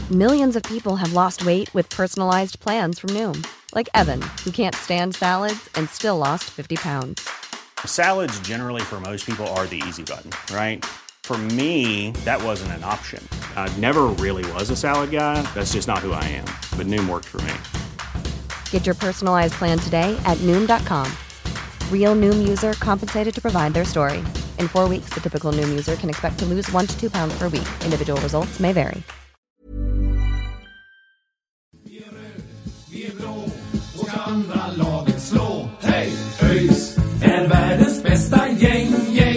Millions of people have lost weight with personalized plans from Noom. Like Evan, who can't stand salads and still lost 50 pounds. Salads generally for most people are the easy button, right? For me, that wasn't an option. I never really was a salad guy. That's just not who I am. But Noom worked for me. Get your personalized plan today at Noom.com. Real Noom user compensated to provide their story. In 4 weeks, the typical Noom user can expect to lose 1 to 2 pounds per week. Individual results may vary. Vi är blå och andra laget slå. Hej! ÖIS är världens bästa gäng.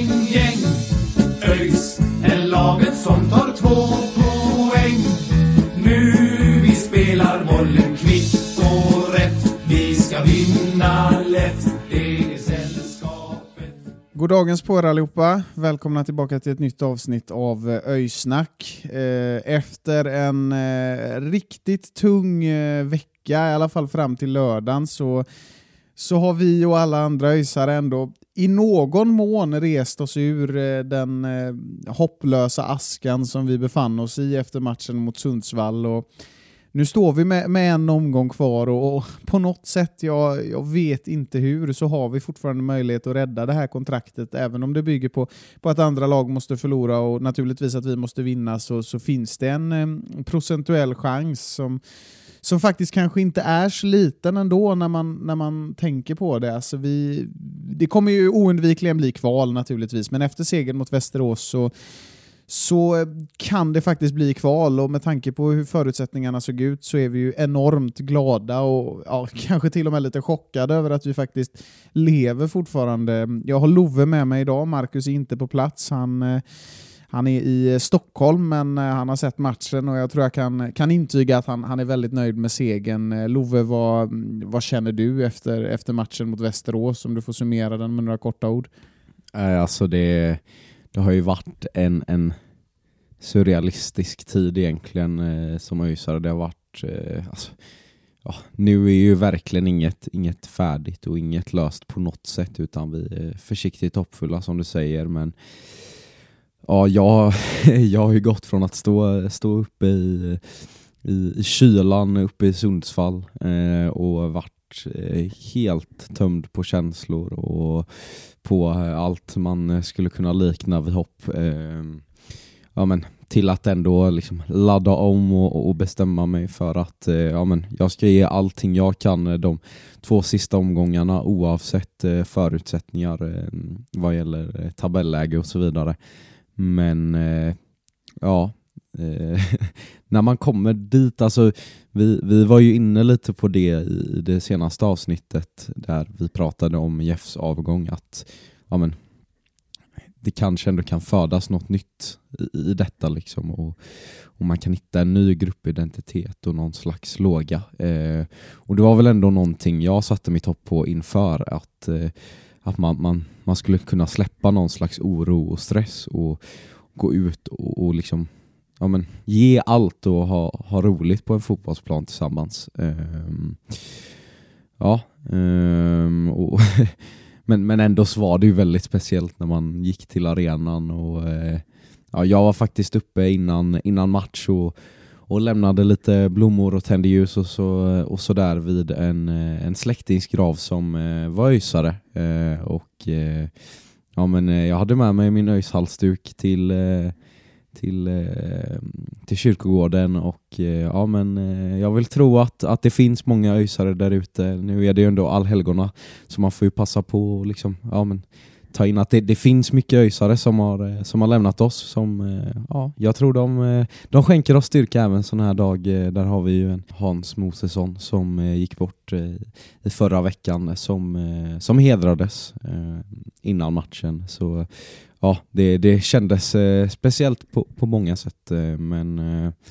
ÖIS är laget som tar 2 poäng. Nu vi spelar bollen kvitt och rätt. Vi ska vinna lätt. Det är sällskapet. God dagens på er allihopa. Välkomna tillbaka till ett nytt avsnitt av ÖIS-snack. Efter en riktigt tung vecka, i alla fall fram till lördagen, så har vi och alla andra ÖISare ändå i någon mån rest oss ur den hopplösa askan som vi befann oss i efter matchen mot Sundsvall. Och nu står vi med en omgång kvar och på något sätt, jag vet inte hur, så har vi fortfarande möjlighet att rädda det här kontraktet. Även om det bygger på att andra lag måste förlora och naturligtvis att vi måste vinna, så finns det en procentuell chans som faktiskt kanske inte är så liten ändå när man tänker på det. Alltså det kommer ju oundvikligen bli kval naturligtvis, men efter segern mot Västerås så kan det faktiskt bli kval, och med tanke på hur förutsättningarna såg ut så är vi ju enormt glada och kanske till och med lite chockade över att vi faktiskt lever fortfarande. Jag har Love med mig idag, Marcus är inte på plats, han är i Stockholm, men han har sett matchen och jag tror jag kan intyga att han är väldigt nöjd med segern. Love, vad känner du efter matchen mot Västerås, om du får summera den med några korta ord? Alltså det har ju varit en surrealistisk tid egentligen som ÖISare. Det har varit nu är ju verkligen inget färdigt och inget löst på något sätt, utan vi är försiktigt hoppfulla som du säger, men ja, jag har ju gått från att stå uppe i kylan uppe i Sundsvall och varit helt tömd på känslor och på allt man skulle kunna likna vid hopp. Till att ändå liksom ladda om och bestämma mig för att jag ska ge allting jag kan de 2 sista omgångarna, oavsett förutsättningar vad gäller tabelläge och så vidare. Men när man kommer dit, alltså vi var ju inne lite på det i det senaste avsnittet där vi pratade om Jeffs avgång, att det kanske ändå kan födas något nytt i detta liksom, och man kan hitta en ny gruppidentitet och någon slags låga, och det var väl ändå någonting jag satte mitt hopp på inför, att man skulle kunna släppa någon slags oro och stress och gå ut och liksom ge allt och ha roligt på en fotbollsplan tillsammans. Men ändå så var det ju väldigt speciellt när man gick till arenan, och jag var faktiskt uppe innan match och lämnade lite blommor och tände ljus och så där vid en släktingsgrav som var ÖISare, jag hade med mig min ÖIS-halsduk till kyrkogården, och jag vill tro att det finns många ÖISare där ute. Nu är det ju ändå allhelgona, så man får ju passa på liksom, ta in att det finns mycket ÖISare som har lämnat oss, som jag tror de skänker oss styrka även sån här dag. Där har vi ju en Hans Mosesson som gick bort i förra veckan, som hedrades innan matchen, så det kändes speciellt på många sätt, men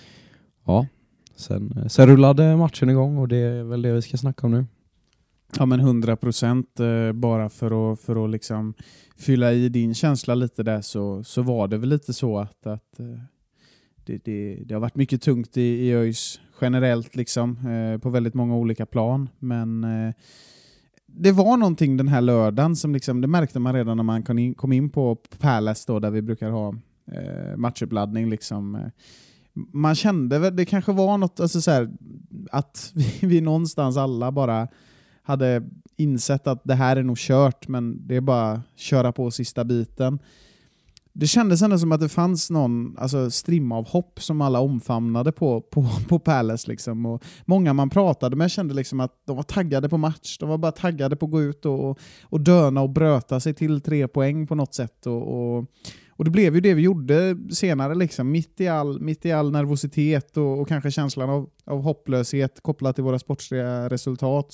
sen rullade matchen igång, och det är väl det vi ska snacka om nu. Ja, men 100%, bara för att liksom fylla i din känsla lite där, så var det väl lite så att det har varit mycket tungt i ÖIS generellt liksom, på väldigt många olika plan, men det var någonting den här lördagen som liksom, det märkte man redan när man kom in på Palace då, där vi brukar ha matchuppladdning liksom. man kände väl, det kanske var något, alltså så här, att vi någonstans alla bara hade insett att det här är nog kört, men det är bara köra på sista biten. Det kändes ändå som att det fanns någon strimma av hopp som alla omfamnade på Palace liksom. Och många man pratade med kände liksom att de var taggade på match. De var bara taggade på att gå ut och döna och bröta sig till 3 poäng på något sätt. Och det blev ju det vi gjorde senare liksom. Mitt i all nervositet och kanske känslan av hopplöshet kopplat till våra sportsliga resultat,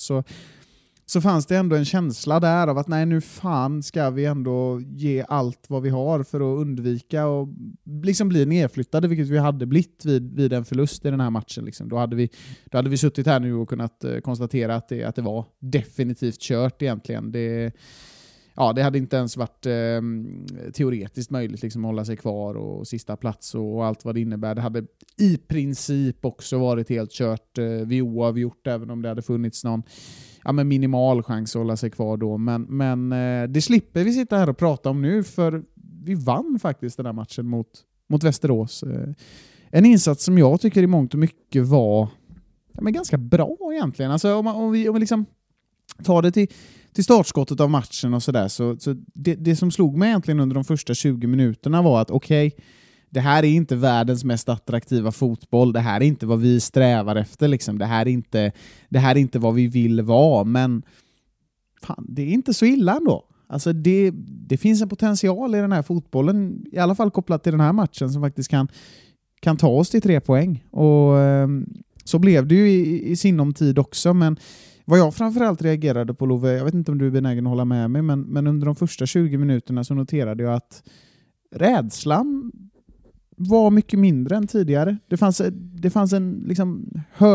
så fanns det ändå en känsla där av att nej, nu fan ska vi ändå ge allt vad vi har för att undvika och liksom bli nedflyttade, vilket vi hade blivit vid en förlust i den här matchen. Liksom. Då hade vi suttit här nu och kunnat konstatera att det var definitivt kört egentligen. Det hade inte ens varit teoretiskt möjligt liksom, att hålla sig kvar och sista plats och allt vad det innebär. Det hade i princip också varit helt kört vid oavgjort, även om det hade funnits någon minimal chans att hålla sig kvar då. Men det slipper vi sitta här och prata om nu, för vi vann faktiskt den här matchen mot Västerås. En insats som jag tycker i mångt och mycket var ganska bra egentligen. Alltså om vi liksom tar det till startskottet av matchen och sådär, så det som slog mig egentligen under de första 20 minuterna var att det här är inte världens mest attraktiva fotboll. Det här är inte vad vi strävar efter. Liksom. Det här är inte vad vi vill vara. Men fan, det är inte så illa ändå. Alltså det finns en potential i den här fotbollen, i alla fall kopplat till den här matchen, som faktiskt kan ta oss till 3 poäng. Och så blev det ju i sinom tid också. Men vad jag framförallt reagerade på, Love, jag vet inte om du är benägen att hålla med mig, men under de första 20 minuterna så noterade jag att rädslan var mycket mindre än tidigare. Det fanns en liksom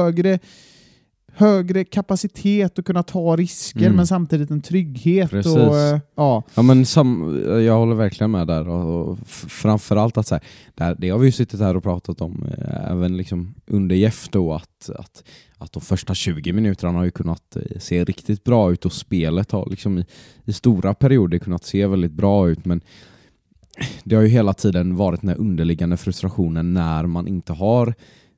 högre kapacitet att kunna ta risker, men samtidigt en trygghet. Precis. Jag håller verkligen med där, och framförallt att så här, det har vi ju suttit här och pratat om även liksom under Jeff då, att de första 20 minuterna har ju kunnat se riktigt bra ut, och spelet har liksom i stora perioder kunnat se väldigt bra ut, men det har ju hela tiden varit den här underliggande frustrationen när man inte har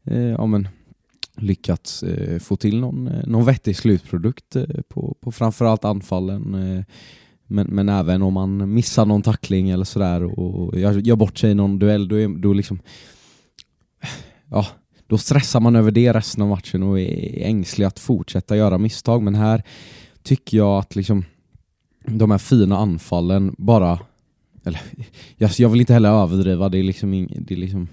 lyckats få till någon vettig slutprodukt på framförallt anfallen, men även om man missar någon tackling eller sådär och gör bort sig i någon duell, då stressar man över det resten av matchen och är ängslig att fortsätta göra misstag. Men här tycker jag att liksom de här fina anfallen bara, eller jag vill inte heller överdriva, det är liksom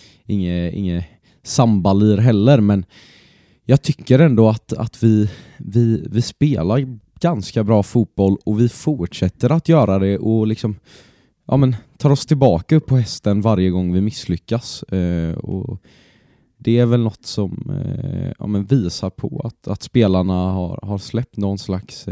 inget sambalir heller, men jag tycker ändå att vi spelar ganska bra fotboll, och vi fortsätter att göra det och liksom tar oss tillbaka upp på hästen varje gång vi misslyckas, och det är väl något som visar på att spelarna har släppt någon slags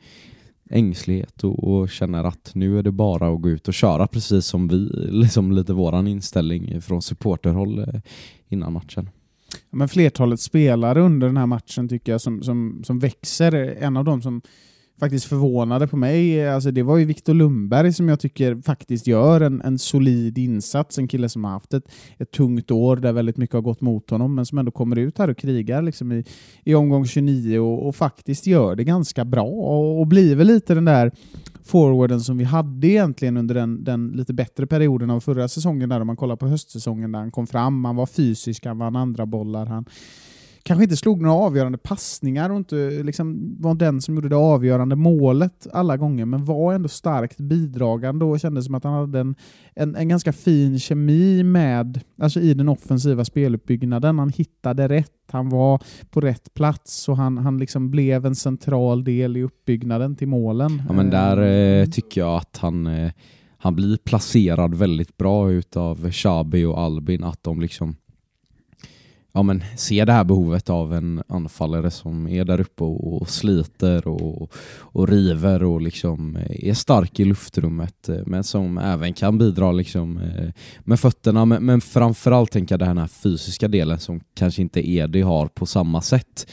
ängslighet och känner att nu är det bara att gå ut och köra, precis som vi, liksom lite våran inställning från supporterhåll innan matchen. Men flertalet spelare under den här matchen tycker jag som växer. En av dem som faktiskt förvånade på mig, alltså det var ju Viktor Lundberg, som jag tycker faktiskt gör en solid insats. En kille som har haft ett tungt år där väldigt mycket har gått mot honom, men som ändå kommer ut här och krigar liksom i omgång 29 och faktiskt gör det ganska bra och blir väl lite den där forwarden som vi hade egentligen under den lite bättre perioden av förra säsongen, där om man kollar på höstsäsongen, där han kom fram, han var fysisk, han vann andra bollar, han kanske inte slog några avgörande passningar och inte liksom var den som gjorde det avgörande målet alla gånger, men var ändå starkt bidragande och kändes som att han hade en ganska fin kemi med, alltså i den offensiva speluppbyggnaden. Han hittade rätt, han var på rätt plats och han liksom blev en central del i uppbyggnaden till målen. Ja, men där tycker jag att han blir placerad väldigt bra utav Xabi och Albin, att de liksom ser det här behovet av en anfallare som är där uppe och sliter och river och liksom är stark i luftrummet, men som även kan bidra liksom med fötterna, men framförallt tänker jag den här fysiska delen som kanske inte Edi har på samma sätt.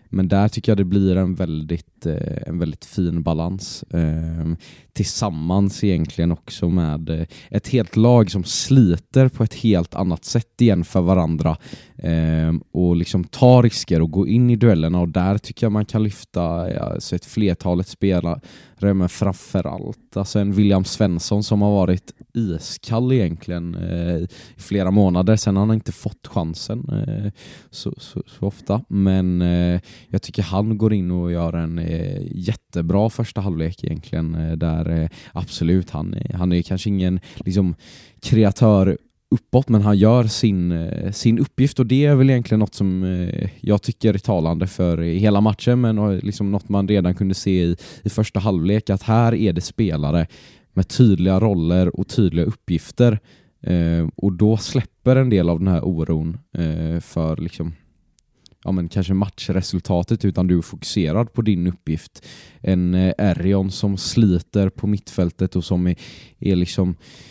Men där tycker jag det blir en väldigt fin balans. Tillsammans egentligen också med ett helt lag som sliter på ett helt annat sätt igen för varandra. Och liksom tar risker och går in i duellerna. Och där tycker jag man kan lyfta ett flertalet spelare. Men framförallt alltså en William Svensson som har varit iskall egentligen i flera månader. Sen har han inte fått chansen så ofta. Men jag tycker han går in och gör en jättebra första halvlek egentligen. Där absolut, han är kanske ingen liksom kreatör uppåt, men han gör sin uppgift, och det är väl egentligen något som jag tycker är talande för hela matchen, men liksom något man redan kunde se i första halvlek, att här är det spelare med tydliga roller och tydliga uppgifter, och då släpper en del av den här oron för liksom kanske matchresultatet, utan du är fokuserad på din uppgift. En Erion som sliter på mittfältet och som är liksom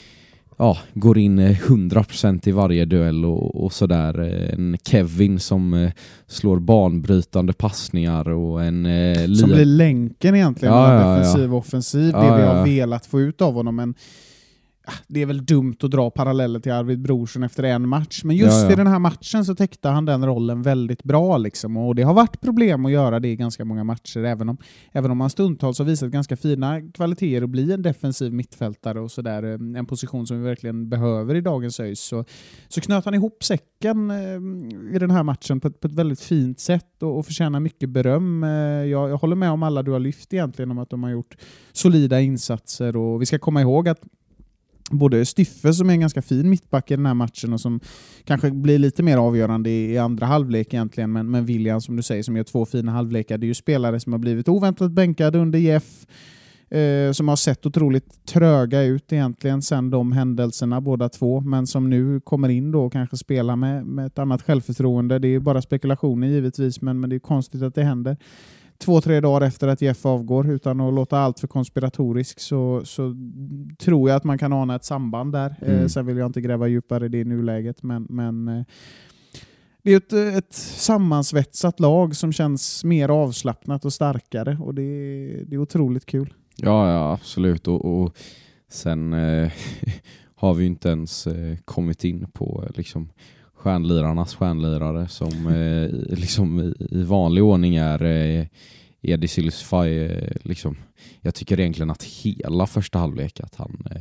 går in 100% i varje duell och sådär. En Kevin som slår banbrytande passningar och en som blir länken egentligen defensiv och offensiv. Det vi har velat få ut av honom, men det är väl dumt att dra paralleller till Arvid Brorsson efter en match, men just i den här matchen så täckte han den rollen väldigt bra liksom, och det har varit problem att göra det i ganska många matcher, även om han stundtals har visat ganska fina kvaliteter att bli en defensiv mittfältare och sådär, en position som vi verkligen behöver i dagens ÖIS, så knöt han ihop säcken i den här matchen på ett väldigt fint sätt och förtjänar mycket beröm. Jag håller med om alla du har lyft egentligen, om att de har gjort solida insatser, och vi ska komma ihåg att både Styffe, som är en ganska fin mittback i den här matchen och som kanske blir lite mer avgörande i andra halvlek egentligen, men William, som du säger, som gör 2 fina halvlekar. Det är ju spelare som har blivit oväntat bänkade under Jeff, som har sett otroligt tröga ut egentligen sen de händelserna båda två, men som nu kommer in då och kanske spelar med ett annat självförtroende. Det är ju bara spekulationer givetvis, men det är konstigt att det händer 2-3 dagar efter att Jeff avgår. Utan att låta allt för konspiratorisk så tror jag att man kan ana ett samband där. Sen vill jag inte gräva djupare i det i nuläget, men det är ett sammansvetsat lag som känns mer avslappnat och starkare, och det är otroligt kul. Ja, absolut. Och sen har vi ju inte ens kommit in på liksom stjärnlirarnas stjärnlirare som liksom i vanlig ordning är Edi Silsfaj. Liksom. Jag tycker egentligen att hela första halvlek att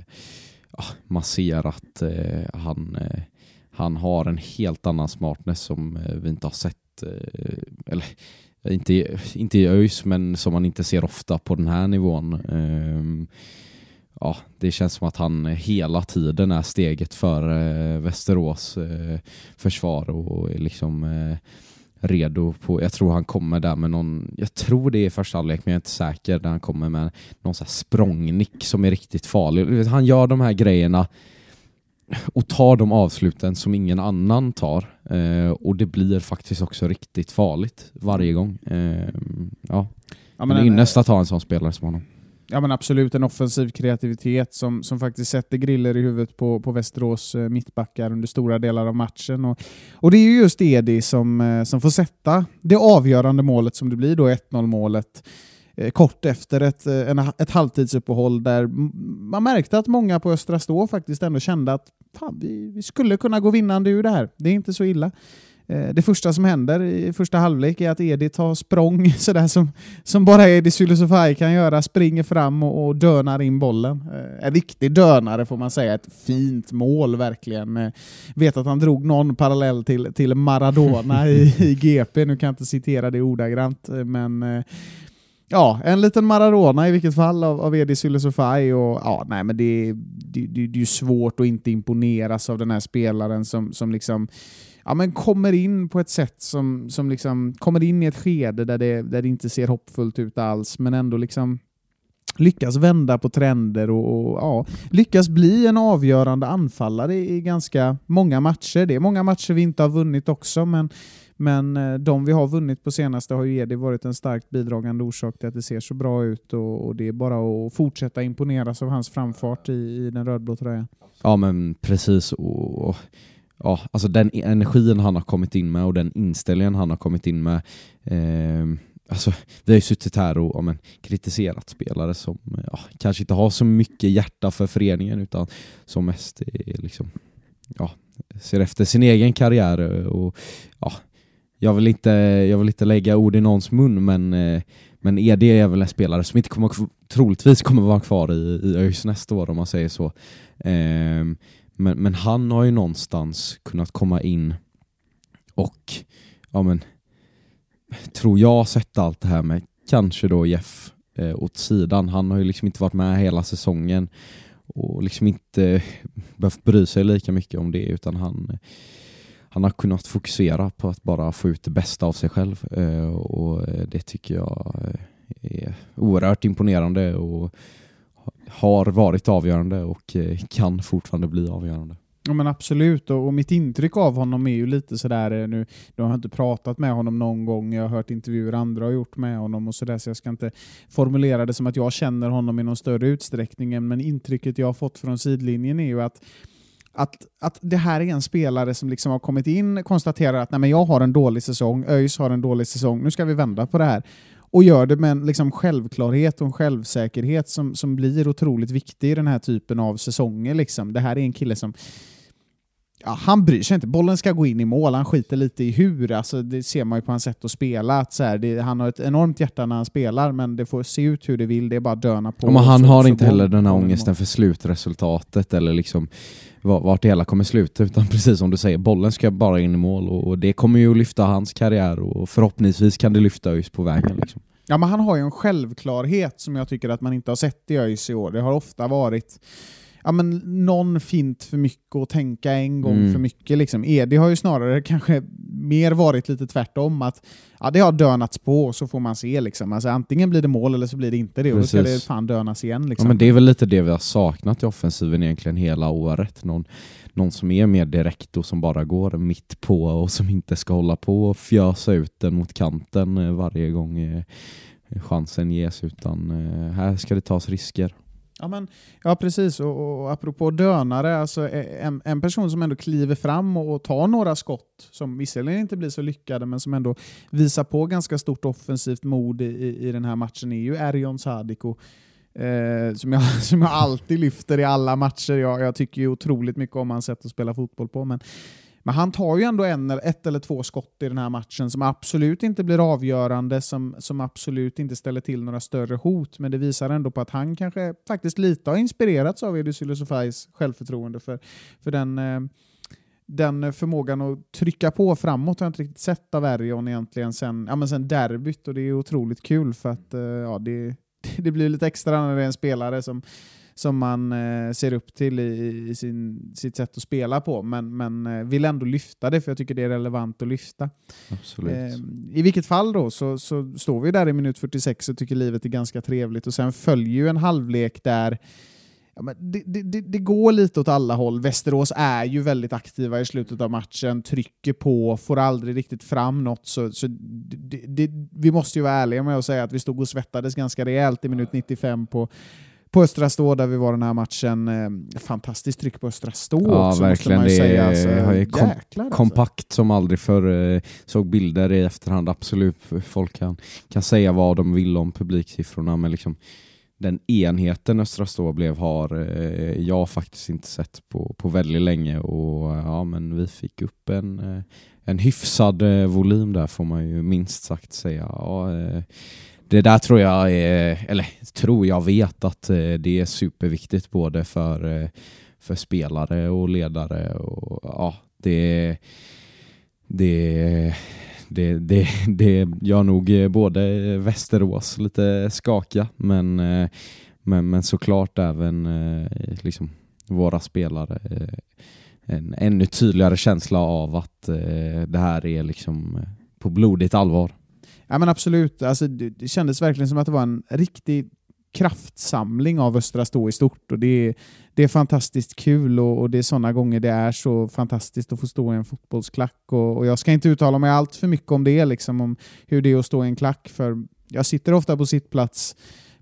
man ser att han har en helt annan smartness som vi inte har sett, eller inte i ÖIS, men som man inte ser ofta på den här nivån. Det känns som att han hela tiden är steget för Västerås försvar och är liksom redo på. Jag tror han kommer där med jag tror det är första halvlek, men jag är inte säker, där han kommer med någon sån här språngnick som är riktigt farlig. Han gör de här grejerna och tar de avsluten som ingen annan tar, och det blir faktiskt också riktigt farligt varje gång. Men ynnest att ha en sån spelare som honom. Ja, men absolut, en offensiv kreativitet som faktiskt sätter griller i huvudet på Västerås mittbackar under stora delar av matchen. Och det är ju just Edi som får sätta det avgörande målet, som det blir då 1-0-målet. Kort efter ett halvtidsuppehåll där man märkte att många på Östra Stå faktiskt ändå kände att fan, vi skulle kunna gå vinnande ur det här. Det är inte så illa. Det första som händer i första halvlek är att Edi tar språng sådär som bara Edi Silsfaj kan göra, springer fram och dönar in bollen. En riktig dönare får man säga, ett fint mål verkligen. Vet att han drog någon parallell till Maradona i GP, nu kan jag inte citera det ordagrant, men en liten Maradona i vilket fall av Edi Silsfaj, och men det är ju svårt att inte imponeras av den här spelaren som liksom men kommer in på ett sätt som liksom kommer in i ett skede där det inte ser hoppfullt ut alls, men ändå liksom lyckas vända på trender och lyckas bli en avgörande anfallare i ganska många matcher. Det är många matcher vi inte har vunnit också, men de vi har vunnit på senaste har ju Edi varit en starkt bidragande orsak till att det ser så bra ut, och det är bara att fortsätta imponeras av hans framfart i den rödblå tröjan. Ja, men precis, och ja, alltså den energin han har kommit in med och den inställningen han har kommit in med. Alltså, vi har ju suttit här och kritiserat spelare som kanske inte har så mycket hjärta för föreningen, utan som mest är liksom, ser efter sin egen karriär. Och jag vill inte lägga ord i någons mun, men ED är väl en spelare som inte troligtvis kommer vara kvar i ÖIS nästa år, om man säger så. Men han har ju någonstans kunnat komma in och tror jag sätta allt det här med kanske då Jeff åt sidan. Han har ju liksom inte varit med hela säsongen och liksom inte behövt bry sig lika mycket om det, utan han har kunnat fokusera på att bara få ut det bästa av sig själv, och det tycker jag är oerhört imponerande och har varit avgörande och kan fortfarande bli avgörande. Ja, men absolut, och mitt intryck av honom är ju lite sådär, nu har jag inte pratat med honom någon gång, jag har hört intervjuer andra har gjort med honom och sådär, så jag ska inte formulera det som att jag känner honom i någon större utsträckning, men intrycket jag har fått från sidlinjen är ju att det här är en spelare som liksom har kommit in, konstaterar att nej, men jag har en dålig säsong, ÖIS har en dålig säsong, nu ska vi vända på det här. Och gör det med en liksom självklarhet och en självsäkerhet som blir otroligt viktig i den här typen av säsonger. Liksom. Det här är en kille som han bryr sig inte. Bollen ska gå in i mål. Han skiter lite i hur. Alltså, det ser man ju på hans sätt att spela. Att han har ett enormt hjärta när han spelar, men det får se ut hur det vill. Det är bara döna på. Men han har inte heller den här ångesten för slutresultatet eller liksom vart det hela kommer sluta, utan precis som du säger, bollen ska bara in i mål, och det kommer ju att lyfta hans karriär, och förhoppningsvis kan det lyfta ÖIS på vägen liksom. Ja, men han har ju en självklarhet som jag tycker att man inte har sett i ÖIS i år. Det har ofta varit någon fint för mycket och tänka en gång för mycket. Liksom. Det har ju snarare kanske mer varit lite tvärtom, att det har dönats på och så får man se. Liksom. Alltså, antingen blir det mål eller så blir det inte det. Och då ska det fan dönas igen. Liksom. Ja, men det är väl lite det vi har saknat i offensiven egentligen hela året. Någon som är mer direkt och som bara går mitt på och som inte ska hålla på och fjösa ut den mot kanten varje gång chansen ges, utan här ska det tas risker. Ja, precis. Och apropå dönare, alltså en person som ändå kliver fram och tar några skott som visserligen inte blir så lyckade, men som ändå visar på ganska stort offensivt mod i den här matchen är ju Erjon Sadiko, som jag alltid lyfter i alla matcher. Jag tycker ju otroligt mycket om hans sätt att spela fotboll på, men han tar ju ändå ett eller två skott i den här matchen som absolut inte blir avgörande, som absolut inte ställer till några större hot, men det visar ändå på att han kanske faktiskt lite har inspirerats av Edis Ylusufais självförtroende, för den förmågan att trycka på framåt har jag inte riktigt sett av Erjon egentligen sen derbyt, och det är otroligt kul för att det blir lite extra när det är en spelare som man ser upp till i sitt sätt att spela på, men vill ändå lyfta det, för jag tycker det är relevant att lyfta. Absolut. I vilket fall då så står vi där i minut 46 och tycker livet är ganska trevligt, och sen följer ju en halvlek där det går lite åt alla håll. Västerås är ju väldigt aktiva i slutet av matchen, trycker på, får aldrig riktigt fram något, så vi måste ju vara ärliga med att säga att vi stod och svettades ganska rejält i minut 95 på Östra Stå, där vi var den här matchen. Fantastiskt tryck på Östra Stå. Ja, också, verkligen. Måste man ju säga. Alltså, kompakt som aldrig förr. Såg bilder i efterhand. Absolut, folk kan säga vad de vill om publiksiffrorna, men liksom den enheten Östra Stå har jag faktiskt inte sett på väldigt länge, och men vi fick upp en hyfsad volym där, får man ju minst sagt säga. Det där tror jag vet att det är superviktigt både för spelare och ledare, och det gör nog både Västerås lite skakiga, men såklart även liksom våra spelare en ännu tydligare känsla av att det här är liksom på blodigt allvar. Ja, men absolut. Alltså, det kändes verkligen som att det var en riktig kraftsamling av Östra Stå i stort, och det är fantastiskt kul, och det är sådana gånger det är så fantastiskt att få stå i en fotbollsklack, och jag ska inte uttala mig allt för mycket om det, liksom, om hur det är att stå i en klack, för jag sitter ofta på sittplats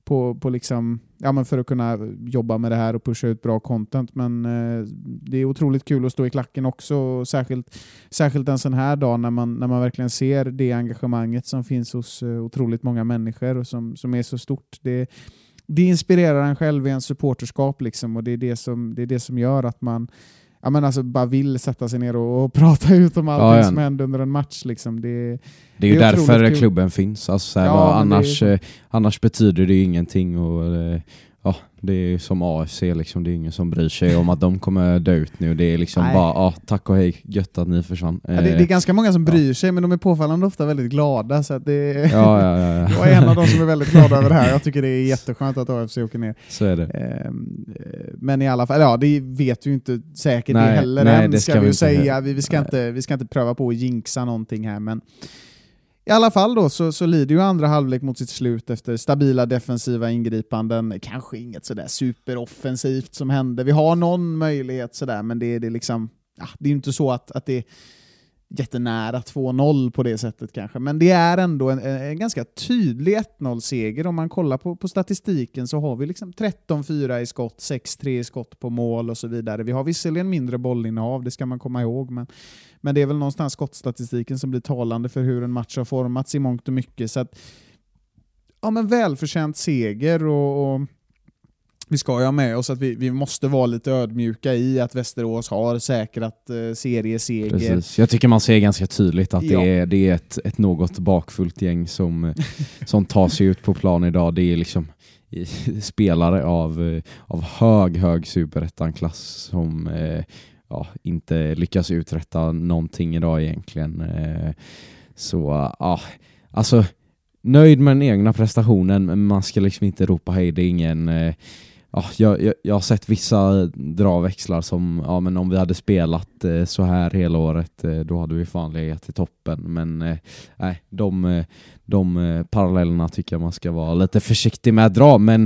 på liksom, ja, men för att kunna jobba med det här och pusha ut bra content. Men det är otroligt kul att stå i klacken också, särskilt en sån här dag när man verkligen ser det engagemanget som finns hos otroligt många människor och som är så stort. Det inspirerar en själv i en supporterskap liksom, och det är det som gör att man alltså bara vill sätta sig ner och prata ut om allt som händer under en match liksom. Det är ju därför kul. Klubben finns. Alltså, annars betyder det ju ingenting. Och det är som AFC liksom, det är ingen som bryr sig om att de kommer dö ut nu. Det är liksom bara tack och hej, gött att ni försvann. Det är ganska många som bryr sig, men de är påfallande ofta väldigt glada, så att det jag är en av de som är väldigt glada över det här. Jag tycker det är jätteskönt att AFC åker ner. Så är det. Men i alla fall, det vet ju inte säkert det heller. Nej, det ska vi ju säga. Vi ska inte pröva på att jinxa någonting här, men i alla fall då så lider ju andra halvlek mot sitt slut efter stabila defensiva ingripanden. Kanske inget sådär superoffensivt som hände. Vi har någon möjlighet sådär, men det är liksom, det är ju inte så att det är jättenära 2-0 på det sättet kanske. Men det är ändå en ganska tydlig 1-0-seger. Om man kollar på statistiken så har vi liksom 13-4 i skott, 6-3 i skott på mål och så vidare. Vi har visserligen mindre bollinnehav, det ska man komma ihåg, men det är väl någonstans skottstatistiken som blir talande för hur en match har formats i mångt och mycket. Så att, men välförtjänt seger och vi ska ju ha med oss att vi måste vara lite ödmjuka i att Västerås har säkrat serieseger. Precis. Jag tycker man ser ganska tydligt att det är ett något bakfullt gäng som tar sig ut på plan idag. Det är liksom spelare av hög superettan-klass som inte lyckas uträtta någonting idag egentligen. Alltså nöjd med den egna prestationen, men man ska liksom inte ropa hej. Det är ingen... Jag har sett vissa dra-växlar som, men om vi hade spelat så här hela året, då hade vi fan legat i toppen. Men de parallellerna tycker jag man ska vara lite försiktig med att dra. Men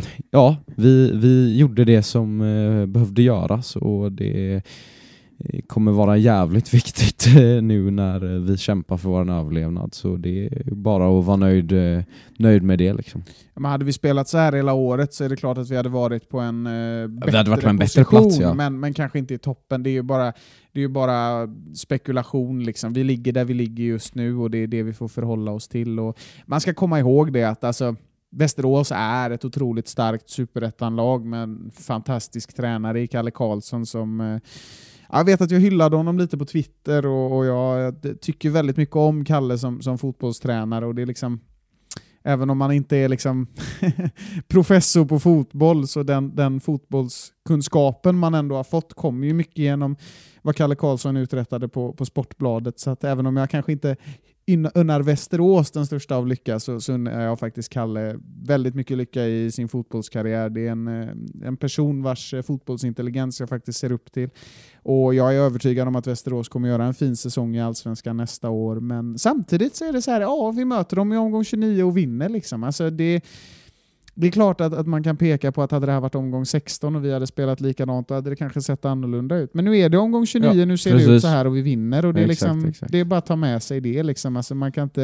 vi gjorde det som behövde göras, och det kommer vara jävligt viktigt nu när vi kämpar för vår överlevnad. Så det är bara att vara nöjd med det liksom. Men hade vi spelat så här hela året så är det klart att vi hade varit på en bättre plats, men kanske inte i toppen. Det är ju bara spekulation liksom. Vi ligger där vi ligger just nu, och det är det vi får förhålla oss till. Och man ska komma ihåg det att alltså, Västerås är ett otroligt starkt superettanlag med en fantastisk tränare i Kalle Karlsson som... Jag vet att jag hyllade honom lite på Twitter, och jag tycker väldigt mycket om Kalle som fotbollstränare, och det är liksom, även om man inte är liksom professor på fotboll, så den fotbollskunskapen man ändå har fått kommer ju mycket genom vad Kalle Karlsson uträttade på Sportbladet. Så att även om jag kanske inte unnar Västerås den största av lycka, så unnar jag faktiskt Kalle väldigt mycket lycka i sin fotbollskarriär. Det är en person vars fotbollsintelligens jag faktiskt ser upp till. Och jag är övertygad om att Västerås kommer göra en fin säsong i Allsvenskan nästa år. Men samtidigt så är det så här, vi möter dem i omgång 29 och vinner liksom. Alltså det är klart att man kan peka på att hade det här varit omgång 16 och vi hade spelat likadant, då hade det kanske sett annorlunda ut. Men nu är det omgång 29, nu ser det ut så här och vi vinner. Och det är liksom, det är bara att ta med sig det liksom. Alltså man kan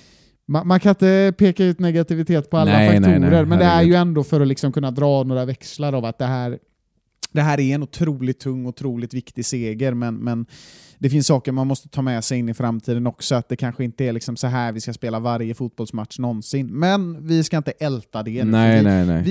inte peka ut negativitet på alla faktorer, men det är ju ändå för att liksom kunna dra några växlar av att det här är en otroligt tung, otroligt viktig seger, men det finns saker man måste ta med sig in i framtiden också, att det kanske inte är liksom så här vi ska spela varje fotbollsmatch någonsin, men vi ska inte älta det. Nej.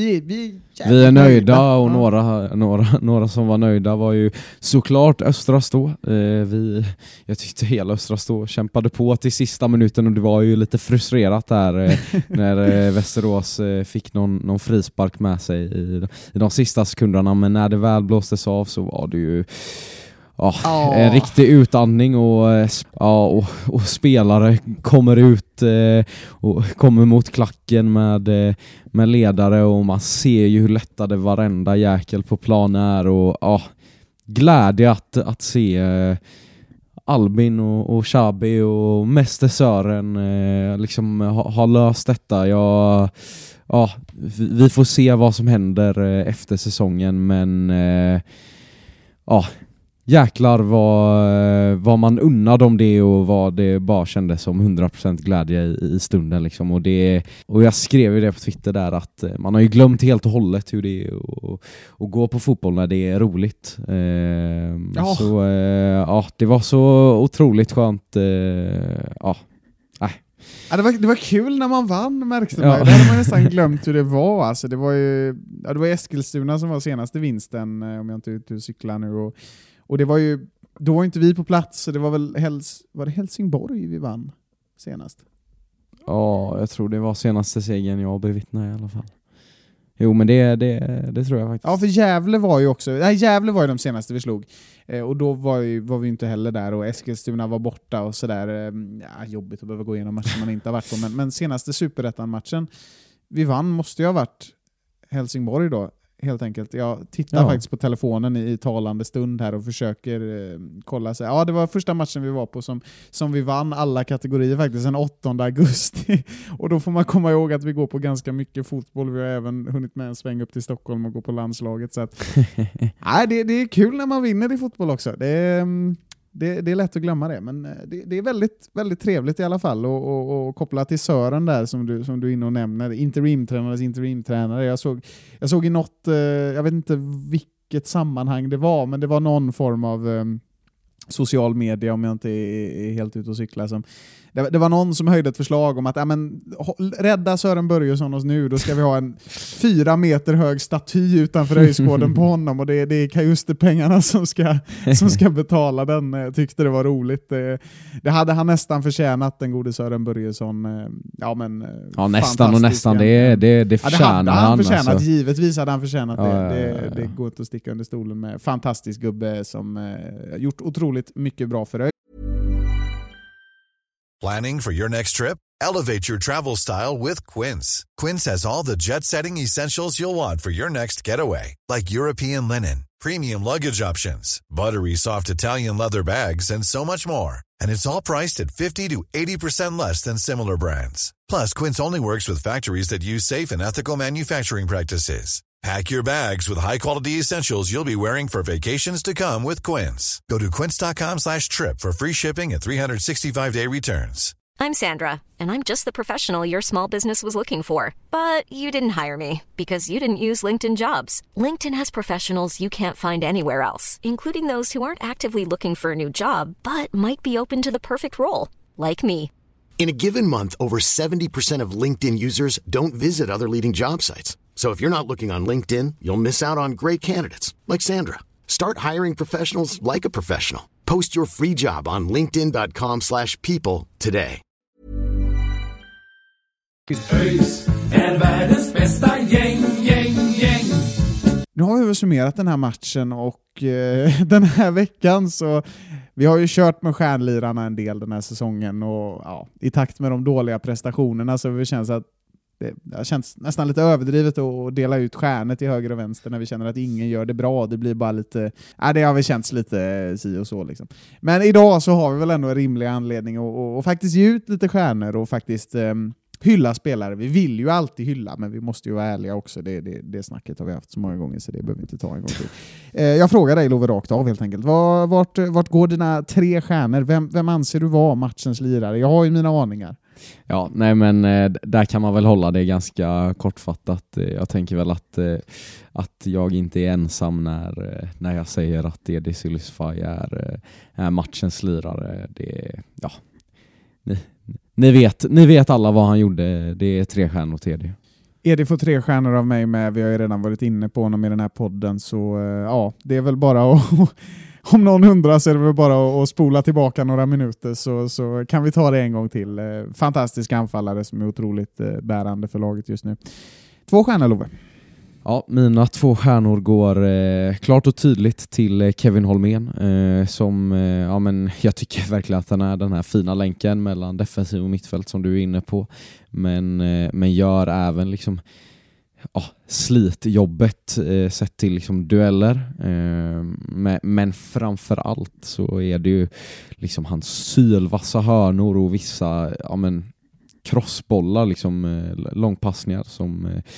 Vi är nöjda, och några som var nöjda var ju såklart Östra Stå. Jag tyckte hela Östra Stå kämpade på till sista minuten, och det var ju lite frustrerat där när Västerås fick någon frispark med sig i de sista sekunderna, men när det väl blåstes av så var det ju en riktig utandning, och spelare kommer ut och kommer mot klacken med ledare, och man ser ju hur lättade varenda jäkel på plan är, och glädje att se Albin och Xabi och Mäster Sören liksom ha löst detta. Vi får se vad som händer efter säsongen, men jäklar vad man unnade om det och vad det bara kändes som 100% glädje i stunden liksom. Och jag skrev ju det på Twitter där att man har ju glömt helt och hållet hur det är att gå på fotboll när det är roligt. Så det var så otroligt skönt. Ja, det var kul när man vann, märkte man. Det hade man nästan glömt hur det var. Alltså, det var ju det var Eskilstuna som var senaste vinsten, om jag inte är ute och cyklar nu. Och det var ju, då var inte vi på plats, så det var väl var det Helsingborg vi vann senast? Ja, jag tror det var senaste segern jag bevittnade i alla fall. Jo, men det tror jag faktiskt. Ja, för Gävle var ju också... Nej, Gävle var ju de senaste vi slog. Och då var vi inte heller där. Och Eskilstuna var borta och sådär. Jobbigt att behöva gå igenom matcher man inte har varit på. Men senaste Superettan-matchen vi vann måste ju ha varit Helsingborg då. Helt enkelt. Jag tittar faktiskt på telefonen i talande stund här och försöker kolla sig. Ja, det var första matchen vi var på som vi vann alla kategorier faktiskt den 8 augusti. Och då får man komma ihåg att vi går på ganska mycket fotboll. Vi har även hunnit med en sväng upp till Stockholm och gå på landslaget. Så att, det är kul när man vinner i fotboll också. Det är lätt att glömma det, men det är väldigt, väldigt trevligt i alla fall. Och koppla till Sören där som du är inne och nämner, interimtränare. Jag såg i något, jag vet inte vilket sammanhang det var, men det var någon form av social media, om jag inte är helt ute och cykla, som det var någon som höjde ett förslag om att rädda Sören Börjesson oss nu, då ska vi ha en 4 meter hög staty utanför Öjsgården på honom, och det är Kajuste-pengarna som ska betala den. Tyckte det var roligt. Det hade han nästan förtjänat, den gode Sören Börjesson. Nästan. Det förtjänar han. Alltså. Givetvis hade han förtjänat det. Det går inte att sticka under stolen med. Fantastisk gubbe som gjort otroligt mycket bra för Planning for your next trip? Elevate your travel style with Quince. Quince has all the jet-setting essentials you'll want for your next getaway, like European linen, premium luggage options, buttery soft Italian leather bags, and so much more. And it's all priced at 50 to 80% less than similar brands. Plus, Quince only works with factories that use safe and ethical manufacturing practices. Pack your bags with high-quality essentials you'll be wearing for vacations to come with Quince. Go to quince.com/trip for free shipping and 365-day returns. I'm Sandra, and I'm just the professional your small business was looking for. But you didn't hire me because you didn't use LinkedIn Jobs. LinkedIn has professionals you can't find anywhere else, including those who aren't actively looking for a new job, but might be open to the perfect role, like me. In a given month, over 70% of LinkedIn users don't visit other leading job sites. So if you're not looking on LinkedIn, you'll miss out on great candidates like Sandra. Start hiring professionals like a professional. Post your free job on linkedin.com/people today. ÖIS är världens bästa gäng. Nu har vi summerat den här matchen och den här veckan, så vi har ju kört med stjärnlirarna en del den här säsongen, och i takt med de dåliga prestationerna så vi känns att det känns nästan lite överdrivet att dela ut stjärnor till höger och vänster när vi känner att ingen gör det bra. Det blir bara lite... det har vi känts lite si och så liksom. Men idag så har vi väl ändå en rimlig anledning att faktiskt ge ut lite stjärnor och faktiskt hylla spelare. Vi vill ju alltid hylla, men vi måste ju vara ärliga också. Det snacket har vi haft så många gånger, så det behöver vi inte ta en gång till. Jag frågar dig, Love, rakt av helt enkelt. Vart går dina 3 stjärnor? Vem anser du var matchens lirare? Jag har ju mina aningar. Ja, nej men där kan man väl hålla det ganska kortfattat. Jag tänker väl att jag inte är ensam när jag säger att Edi Sylisfaj är matchens lirare. Ni vet alla vad han gjorde. Det är 3 stjärnor till Edi. Edi får 3 stjärnor av mig med. Vi har ju redan varit inne på honom i den här podden, så det är väl bara att om någon undrar så är det väl bara att spola tillbaka några minuter, så kan vi ta det en gång till. Fantastisk anfallare som är otroligt bärande för laget just nu. 2 stjärnor, Love. Ja, mina 2 stjärnor går klart och tydligt till Kevin Holmén som men jag tycker verkligen att han är den här fina länken mellan defensiv och mittfält som du är inne på, men gör även liksom slitjobbet sett till liksom dueller, men framför allt så är det ju liksom hans sylvassa hörnor och vissa crossbollar, liksom långpassningar som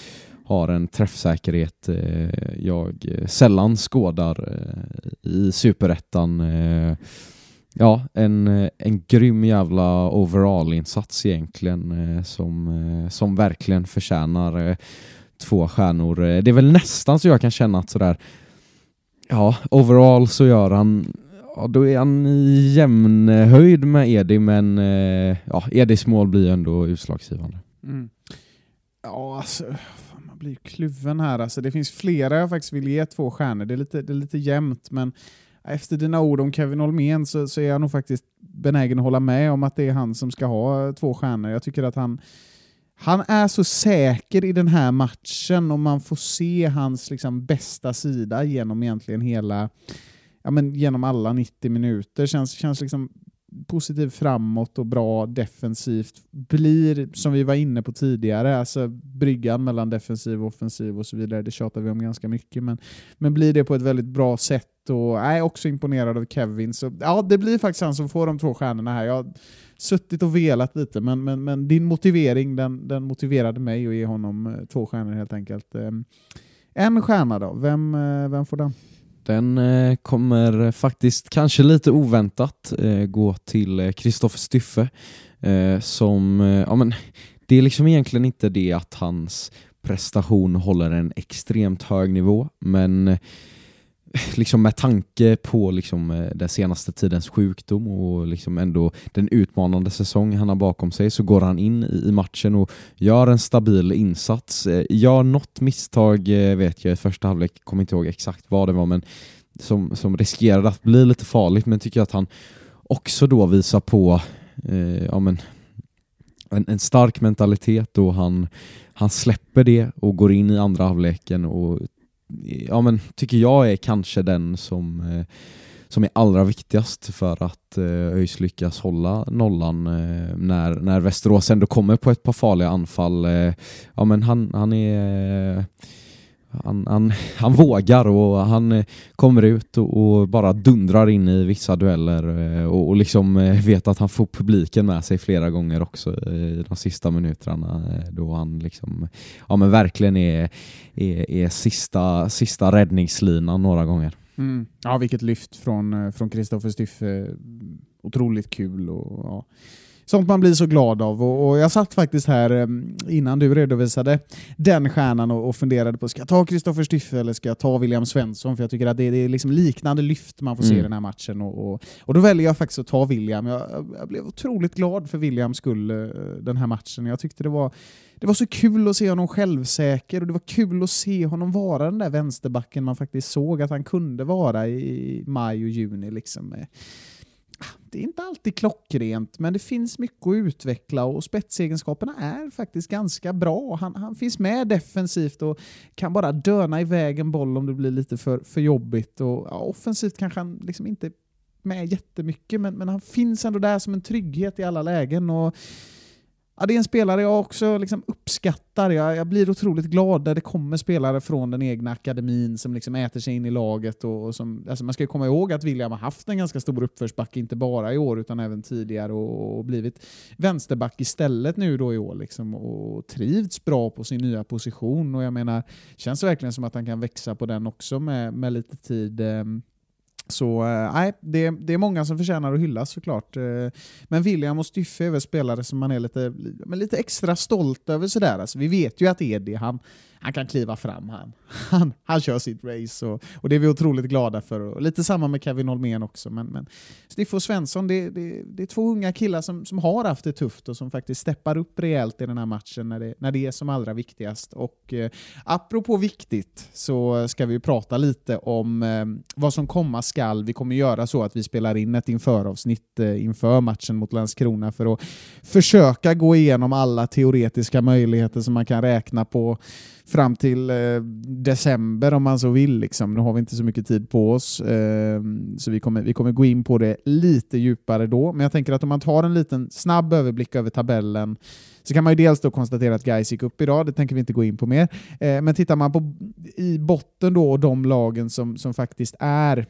har en träffsäkerhet jag sällan skådar i Superettan. Ja, en grym jävla overall-insats egentligen som verkligen förtjänar 2 stjärnor. Det är väl nästan så jag kan känna att sådär, ja, overall så gör han, ja, då är han i jämnhöjd med Edi, men ja, Edis mål blir ändå utslagsgivande. Ja, alltså man blir kluven här. Alltså, det finns flera jag faktiskt vill ge 2 stjärnor. Det är lite jämnt, men efter dina ord om Kevin Holmén så är jag nog faktiskt benägen att hålla med om att det är han som ska ha 2 stjärnor. Jag tycker att han är så säker i den här matchen, och man får se hans liksom bästa sida genom egentligen genom alla 90 minuter. Känns liksom positivt framåt och bra defensivt. Blir, som vi var inne på tidigare, alltså bryggan mellan defensiv och offensiv och så vidare, det tjatar vi om ganska mycket, men blir det på ett väldigt bra sätt, och jag är också imponerad av Kevin. Så ja, det blir faktiskt han som får de 2 stjärnorna här. Jag har suttit och velat lite, men din motivering, den motiverade mig att ge honom 2 stjärnor helt enkelt. En stjärna då, vem får den? Den kommer faktiskt kanske lite oväntat gå till Kristoffer Styffe, som, ja, men det är liksom egentligen inte det att hans prestation håller en extremt hög nivå, men liksom med tanke på liksom den senaste tidens sjukdom och liksom ändå den utmanande säsong han har bakom sig, så går han in i matchen och gör en stabil insats. Gör något misstag, vet jag, i första halvlek, kommer inte ihåg exakt vad det var, men som riskerade att bli lite farligt, men tycker att han också då visar på en stark mentalitet, och han släpper det och går in i andra halvleken, och ja, men tycker jag är kanske den som är allra viktigast för att ÖIS lyckas hålla nollan när Västerås ändå kommer på ett par farliga anfall. Ja, men han vågar, och han kommer ut och bara dundrar in i vissa dueller, och liksom vet att han får publiken med sig flera gånger också i de sista minuterna, då han liksom, ja, men verkligen är sista räddningslinan några gånger. Ja, vilket lyft från Kristoffer Styffe. Otroligt kul, och ja, sånt man blir så glad av. Och jag satt faktiskt här innan du redovisade den stjärnan och funderade på, ska jag ta Kristoffer Styffe eller ska jag ta William Svensson? För jag tycker att det är liksom liknande lyft man får se i den här matchen. Och då väljer jag faktiskt att ta William. Jag blev otroligt glad för Williams skull den här matchen. Jag tyckte det var så kul att se honom självsäker, och det var kul att se honom vara den där vänsterbacken man faktiskt såg att han kunde vara i maj och juni. Liksom. Det är inte alltid klockrent, men det finns mycket att utveckla, och spetsegenskaperna är faktiskt ganska bra. Han finns med defensivt och kan bara döna iväg en boll om det blir lite för jobbigt. Och ja, offensivt kanske han liksom inte med jättemycket, men han finns ändå där som en trygghet i alla lägen. Och ja, det är en spelare jag också liksom uppskattar. Jag blir otroligt glad när det kommer spelare från den egna akademin som liksom äter sig in i laget. Och som, alltså man ska ju komma ihåg att William har haft en ganska stor uppförsbacke, inte bara i år utan även tidigare, och blivit vänsterback istället nu då i år. Liksom, och trivts bra på sin nya position. Och jag menar, känns verkligen som att han kan växa på den också med lite tid. Så nej, det är många som förtjänar att hyllas såklart. Men William och Styffe är väl spelare som man är lite extra stolt över sådär. Alltså, vi vet ju att Edi, han kan kliva fram. Han kör sitt race, och det är vi otroligt glada för. Och lite samma med Kevin Holmén också. Men Styffe och Svensson, det är 2 unga killar som har haft det tufft och som faktiskt steppar upp rejält i den här matchen när det är som allra viktigast. Och apropå viktigt så ska vi prata lite om vad som komma skall. Vi kommer göra så att vi spelar in ett införavsnitt inför matchen mot Landskrona för att försöka gå igenom alla teoretiska möjligheter som man kan räkna på fram till december om man så vill. Liksom. Nu har vi inte så mycket tid på oss, så vi kommer gå in på det lite djupare då. Men jag tänker att om man tar en liten snabb överblick över tabellen så kan man ju dels då konstatera att Gais gick upp idag, det tänker vi inte gå in på mer. Men tittar man på i botten då och de lagen som faktiskt är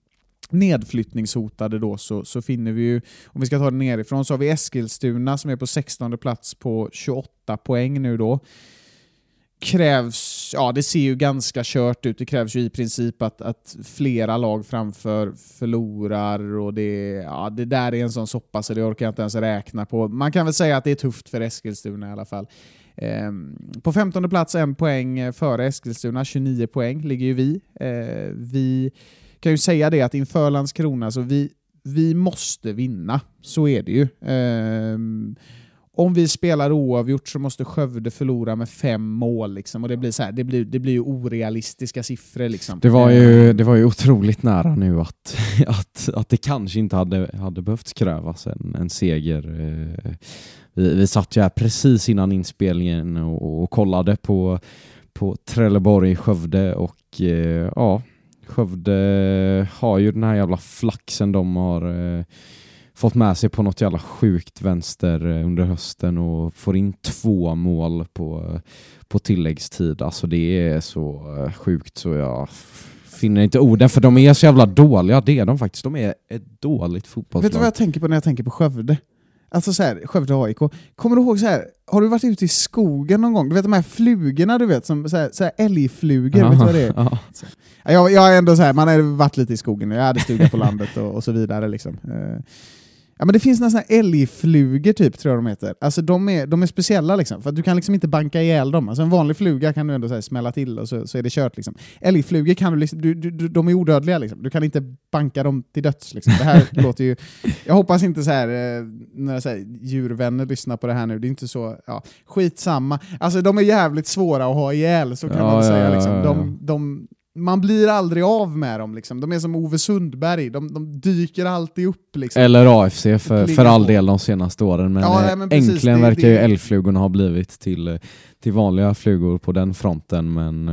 nedflyttningshotade då, så finner vi ju, om vi ska ta det nerifrån, så har vi Eskilstuna som är på 16:e plats på 28 poäng nu då. krävs, det ser ju ganska kört ut. Det krävs ju i princip att flera lag framför förlorar, och det där är en sån soppa så det orkar jag inte ens räkna på. Man kan väl säga att det är tufft för Eskilstuna i alla fall. På 15:e plats 1 poäng före Eskilstuna, 29 poäng ligger ju vi. Vi kan ju säga det att inför Landskrona så vi måste vinna, så är det ju. Om vi spelar oavgjort så måste Skövde förlora med 5 mål liksom, och det blir så här, det blir ju orealistiska siffror liksom. Det var ju otroligt nära nu att det kanske inte hade behövt krävas en seger. Vi satt ju här precis innan inspelningen och kollade på Trelleborg Skövde, och Skövde har ju den här jävla flaxen de har fått med sig på något jävla sjukt vänster under hösten och får in 2 mål på tilläggstid. Alltså det är så sjukt så jag finner inte orden, för de är så jävla dåliga. Det är de faktiskt. De är ett dåligt fotbollslag. Vet du vad jag tänker på när jag tänker på Skövde? Alltså så här, Skövde AIK. Kommer du ihåg så här, har du varit ute i skogen någon gång? Du vet de här flugorna, du vet, som så här älgflugor, vet du vad det är? Jag är ändå så här, man har varit lite i skogen. Jag hade stuga på landet och så vidare liksom. Ja, men det finns några såna här älgflugor typ, tror jag de heter. Alltså de är speciella liksom, för att du kan liksom inte banka ihjäl dem. Alltså en vanlig fluga kan du ändå så här smälla till och så är det kört liksom. Älgflugor kan du liksom, de är odödliga liksom. Du kan inte banka dem till döds liksom. Det här låter ju, jag hoppas inte så här när så här, djurvänner lyssnar på det här nu. Det är inte så, skitsamma. Alltså de är jävligt svåra att ha ihjäl, så kan man säga liksom. Man blir aldrig av med dem liksom. De är som Ove Sundberg. De dyker alltid upp liksom. Eller AFC för all del de senaste åren. Men precis, äntligen verkar ju älgflugorna ha blivit till vanliga flugor på den fronten. Men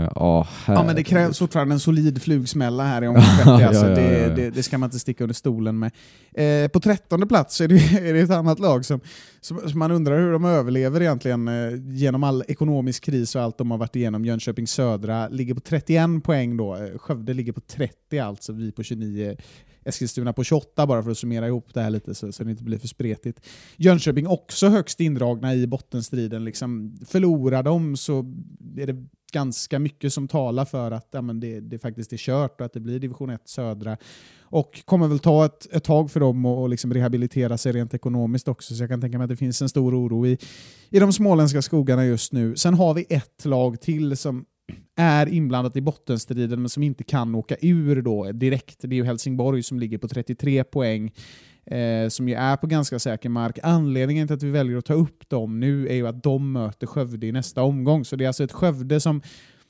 men det krävs fortfarande en solid flugsmälla här i omgången. Alltså, det ska man inte sticka under stolen med. På 13:e plats är det ett annat lag som man undrar hur de överlever egentligen genom all ekonomisk kris och allt de har varit igenom. Jönköping Södra ligger på 31 poäng då. Skövde ligger på 30, alltså vi på 29. Eskilstuna på 28, bara för att summera ihop det här lite så det inte blir för spretigt. Jönköping också högst indragna i bottenstriden. Liksom, förlorar de så är det ganska mycket som talar för att det faktiskt är kört och att det blir division 1 Södra. Och kommer väl ta ett tag för dem och liksom rehabilitera sig rent ekonomiskt också. Så jag kan tänka mig att det finns en stor oro i de småländska skogarna just nu. Sen har vi ett lag till som är inblandat i bottenstriden men som inte kan åka ur då direkt. Det är ju Helsingborg som ligger på 33 poäng som ju är på ganska säker mark. Anledningen till att vi väljer att ta upp dem nu är ju att de möter Skövde i nästa omgång. Så det är alltså ett Skövde som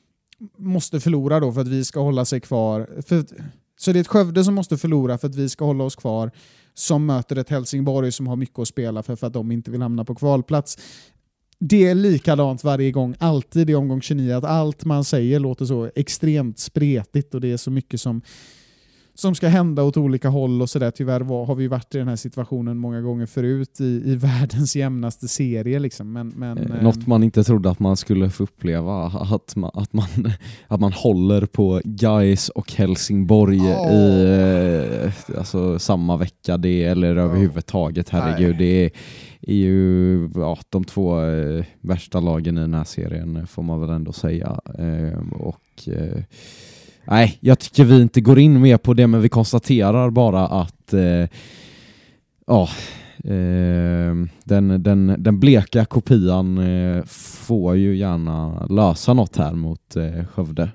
måste förlora då för att vi ska hålla sig kvar. Så det är ett Skövde som måste förlora för att vi ska hålla oss kvar, som möter ett Helsingborg som har mycket att spela för att de inte vill hamna på kvalplats. Det är likadant varje gång, alltid i omgång 29, att allt man säger låter så extremt spretigt och det är så mycket som ska hända åt olika håll och sådär. Tyvärr har vi varit i den här situationen många gånger förut i världens jämnaste serie liksom. Men något man inte trodde att man skulle få uppleva, att man håller på Gais och Helsingborg i alltså samma vecka eller överhuvudtaget, herregud. Det är ju de 2 värsta lagen i den här serien, får man väl ändå säga. Nej, jag tycker vi inte går in mer på det, men vi konstaterar bara att den bleka kopian får ju gärna lösa något här mot Skövde.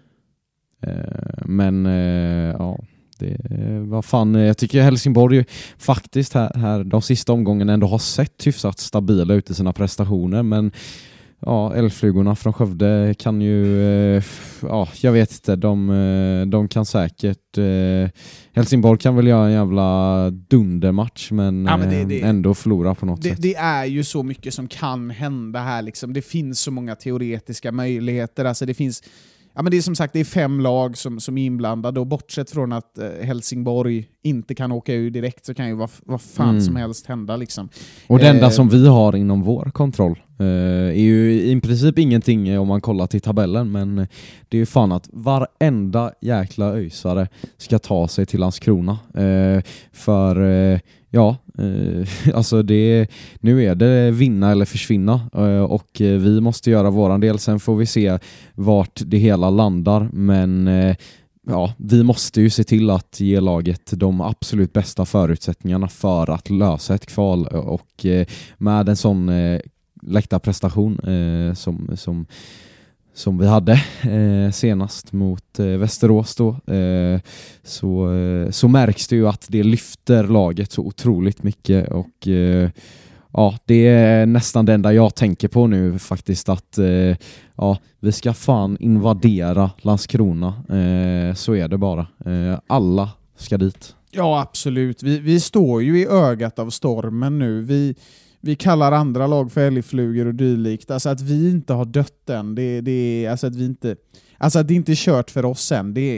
Vad fan, jag tycker Helsingborg faktiskt här de sista omgången ändå har sett hyfsat stabila ut i sina prestationer, men älgflugorna från Skövde kan ju jag vet inte, de kan säkert Helsingborg kan väl göra en jävla dundermatch men ändå förlora på något sätt. Det är ju så mycket som kan hända här liksom. Det finns så många teoretiska möjligheter, alltså det finns. Ja, men det är som sagt, det är 5 lag som är inblandade, och bortsett från att Helsingborg inte kan åka ur direkt så kan ju vad fan som helst hända liksom. Och det enda som vi har inom vår kontroll är ju i princip ingenting om man kollar till tabellen, men det är ju fan att varenda jäkla öjsare ska ta sig till Landskrona. Alltså nu är det vinna eller försvinna, och vi måste göra våran del. Sen får vi se vart det hela landar, men vi måste ju se till att ge laget de absolut bästa förutsättningarna för att lösa ett kval, och med en sån läktarprestation som vi hade senast mot Västerås då, så märks det ju att det lyfter laget så otroligt mycket, och det är nästan det enda jag tänker på nu faktiskt, att vi ska fan invadera Landskrona, så är det bara. Alla ska dit. Ja, absolut. Vi står ju i ögat av stormen nu. Vi kallar andra lag för älgflugor och dylikt. Alltså att vi inte har dött än. Alltså att det inte är kört för oss än. Det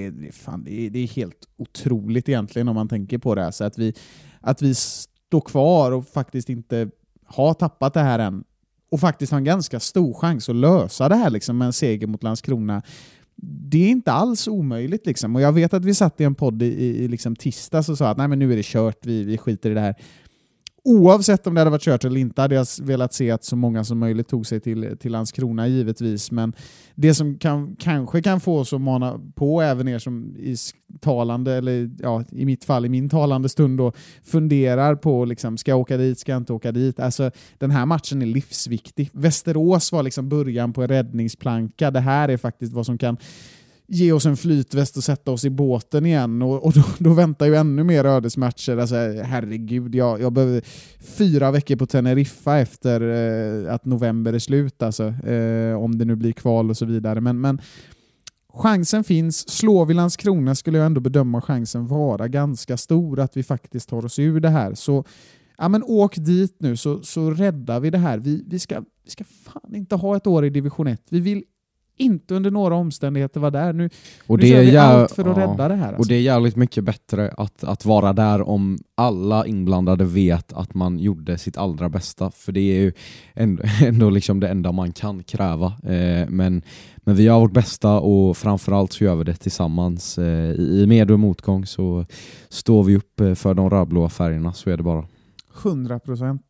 är helt otroligt egentligen om man tänker på det. Så att vi står kvar och faktiskt inte har tappat det här än. Och faktiskt har en ganska stor chans att lösa det här liksom, med en seger mot Landskrona. Det är inte alls omöjligt liksom. Och jag vet att vi satt i en podd i liksom tisdags och sa att nej, men nu är det kört, vi skiter i det här. Oavsett om det hade varit kört eller inte hade jag velat se att så många som möjligt tog sig till Landskrona givetvis. Men det som kanske kan få oss att mana på även er som i talande, eller i mitt fall i min talande stund då, funderar på liksom, ska jag åka dit, ska jag inte åka dit. Alltså den här matchen är livsviktig. Västerås var liksom början på en räddningsplanka. Det här är faktiskt vad som kan ge oss en flytväst och sätta oss i båten igen, och då väntar ju ännu mer ödesmatcher. Alltså, herregud, jag behöver 4 veckor på Teneriffa efter att november är slut, alltså, om det nu blir kval och så vidare. Men chansen finns. Slår vi Landskrona skulle jag ändå bedöma chansen vara ganska stor att vi faktiskt tar oss ur det här. Så men åk dit nu, så räddar vi det här. Vi ska fan inte ha ett år i division 1. Vi vill inte under några omständigheter vara där. Nu det gör vi allt för att rädda det här. Alltså. Och det är jävligt mycket bättre att vara där om alla inblandade vet att man gjorde sitt allra bästa. För det är ju ändå liksom det enda man kan kräva. Men vi gör vårt bästa, och framförallt så gör vi det tillsammans. I med och motgång så står vi upp för de rödblåa färgerna, så är det bara. 100%.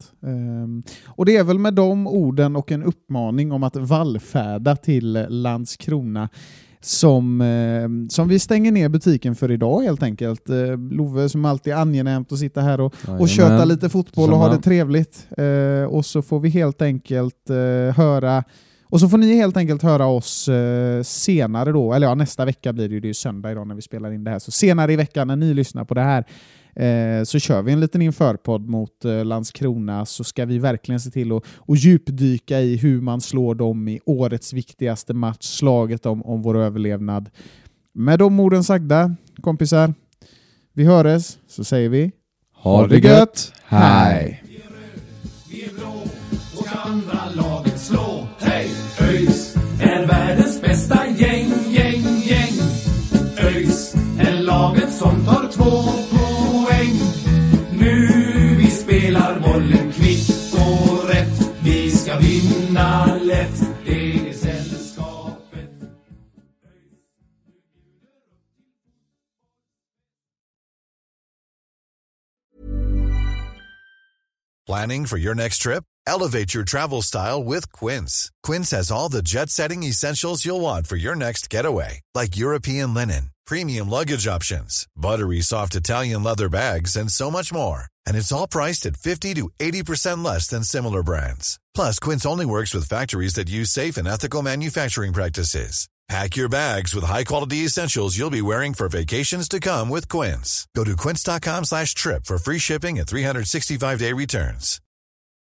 Och det är väl med de orden och en uppmaning om att vallfärda till Landskrona som vi stänger ner butiken för idag helt enkelt. Love, som alltid är angenämt att sitta här och köta lite fotboll och ha det trevligt. Och så får vi helt enkelt höra, och så får ni helt enkelt höra oss senare då, eller nästa vecka blir det ju söndag idag när vi spelar in det här, så senare i veckan när ni lyssnar på det här så kör vi en liten införpodd mot Landskrona, så ska vi verkligen se till att djupdyka i hur man slår dem i årets viktigaste match, slaget om vår överlevnad. Med de orden sagda, kompisar, vi hörs, så säger vi ha det gött, hej! Vi är blå och ska andra laget slå. Hej! ÖIS är världens bästa gäng. ÖIS är laget som tar 2 poäng. Nu vi spelar bollen kvitt och rätt. Vi ska vinna lätt. Det är sällskapet. Planning for your next trip? Elevate your travel style with Quince. Quince has all the jet-setting essentials you'll want for your next getaway, like European linen, premium luggage options, buttery soft Italian leather bags, and so much more. And it's all priced at 50 to 80% less than similar brands. Plus, Quince only works with factories that use safe and ethical manufacturing practices. Pack your bags with high-quality essentials you'll be wearing for vacations to come with Quince. Go to quince.com/trip for free shipping and 365-day returns.